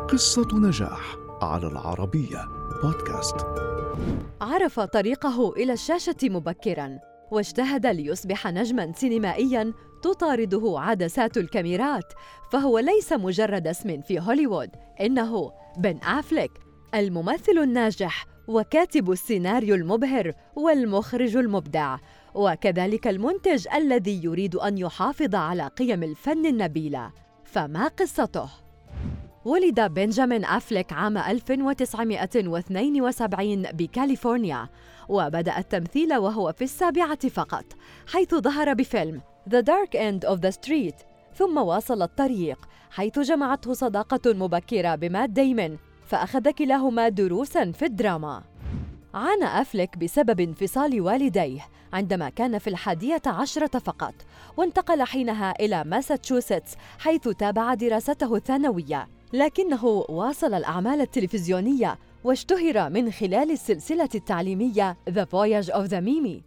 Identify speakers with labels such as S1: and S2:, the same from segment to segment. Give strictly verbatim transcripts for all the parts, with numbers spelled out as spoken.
S1: قصة نجاح على العربية بودكاست.
S2: عرف طريقه إلى الشاشة مبكراً، واجتهد ليصبح نجماً سينمائياً تطارده عدسات الكاميرات، فهو ليس مجرد اسم في هوليوود، إنه بن أفليك، الممثل الناجح وكاتب السيناريو المبهر والمخرج المبدع، وكذلك المنتج الذي يريد أن يحافظ على قيم الفن النبيلة. فما قصته؟ ولد بنجامين أفليك عام ألف وتسعمائة واثنين وسبعين بكاليفورنيا، وبدأ التمثيل وهو في السابعة فقط، حيث ظهر بفيلم The Dark End of the Street، ثم واصل الطريق حيث جمعته صداقة مبكرة بمات ديمون، فأخذ كلاهما دروساً في الدراما. عانى أفليك بسبب انفصال والديه عندما كان في الحادية عشرة فقط، وانتقل حينها إلى ماساتشوستس حيث تابع دراسته الثانوية، لكنه واصل الأعمال التلفزيونية واشتهر من خلال السلسلة التعليمية The Voyage of the Mimi.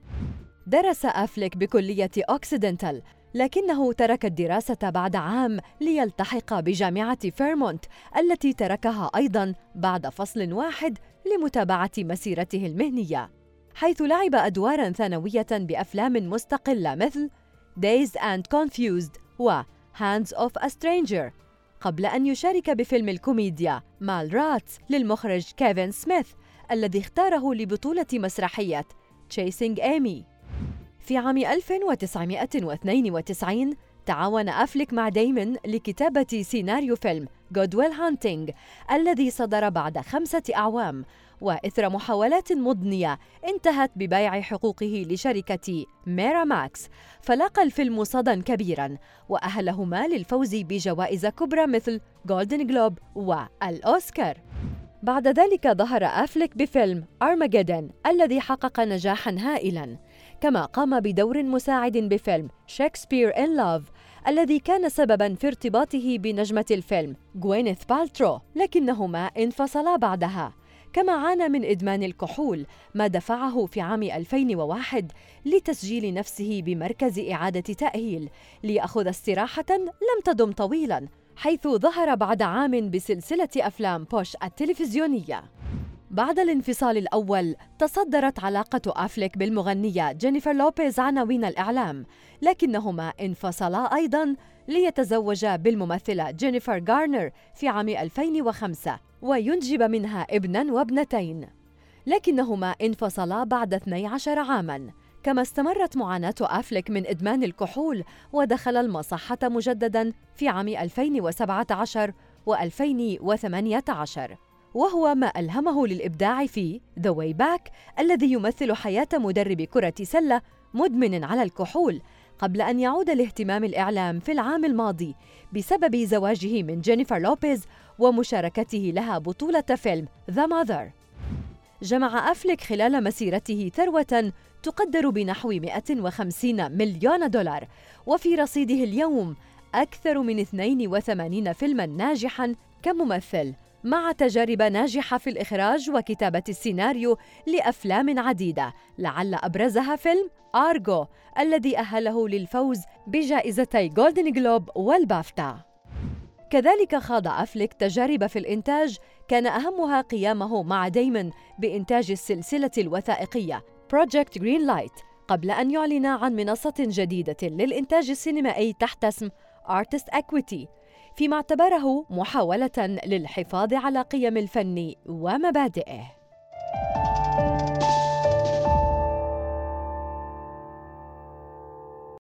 S2: درس أفليك بكلية أوكسيدنتال، لكنه ترك الدراسة بعد عام ليلتحق بجامعة فيرمونت التي تركها أيضاً بعد فصل واحد لمتابعة مسيرته المهنية، حيث لعب أدواراً ثانوية بأفلام مستقلة مثل Dazed and Confused و Hands of a Stranger، قبل أن يشارك بفيلم الكوميديا مال راتس للمخرج كيفن سميث الذي اختاره لبطولة مسرحية Chasing Amy. في عام ألف وتسعمائة واثنين وتسعين تعاون أفليك مع ديمون لكتابة سيناريو فيلم Good Will Hunting الذي صدر بعد خمسة أعوام، وإثر محاولات مضنية انتهت ببيع حقوقه لشركة ميراماكس، فلاقى الفيلم صدى كبيراً وأهلهما للفوز بجوائز كبرى مثل جولدن جلوب والأوسكار. بعد ذلك ظهر أفليك بفيلم أرماجيدون الذي حقق نجاحاً هائلاً، كما قام بدور مساعد بفيلم شكسبير إن لاف الذي كان سبباً في ارتباطه بنجمة الفيلم غوينيث بالترو، لكنهما انفصلا بعدها. كما عانى من إدمان الكحول، ما دفعه في عام ألفين وواحد لتسجيل نفسه بمركز إعادة تأهيل ليأخذ استراحة لم تدم طويلاً، حيث ظهر بعد عام بسلسلة أفلام بوش التلفزيونية. بعد الانفصال الأول تصدرت علاقة أفليك بالمغنية جينيفر لوبيز عناوين الإعلام، لكنهما انفصلا أيضاً ليتزوجا بالممثلة جينيفر غارنر في عام ألفين وخمسة وينجب منها ابناً وابنتين، لكنهما انفصلا بعد اثني عشر عاماً. كما استمرت معاناة أفليك من إدمان الكحول، ودخل المصحة مجدداً في عام ألفين وسبعة عشر وألفين وثمانية عشر، وهو ما ألهمه للإبداع في The Way Back الذي يمثل حياة مدرب كرة سلة مدمن على الكحول، قبل أن يعود لاهتمام الإعلام في العام الماضي بسبب زواجه من جينيفر لوبيز ومشاركته لها بطولة فيلم The Mother. جمع أفليك خلال مسيرته ثروة تقدر بنحو مئة وخمسين مليون دولار، وفي رصيده اليوم أكثر من اثنين وثمانين فيلماً ناجحاً كممثل، مع تجارب ناجحة في الإخراج وكتابة السيناريو لأفلام عديدة، لعل أبرزها فيلم آرغو الذي أهله للفوز بجائزتي جولدن جلوب والبافتا. كذلك خاض أفليك تجارب في الإنتاج، كان أهمها قيامه مع ديمون بإنتاج السلسلة الوثائقية Project Greenlight، قبل أن يعلن عن منصة جديدة للإنتاج السينمائي تحت اسم Artist Equity، فيما اعتبره محاولة للحفاظ على قيم الفن ومبادئه.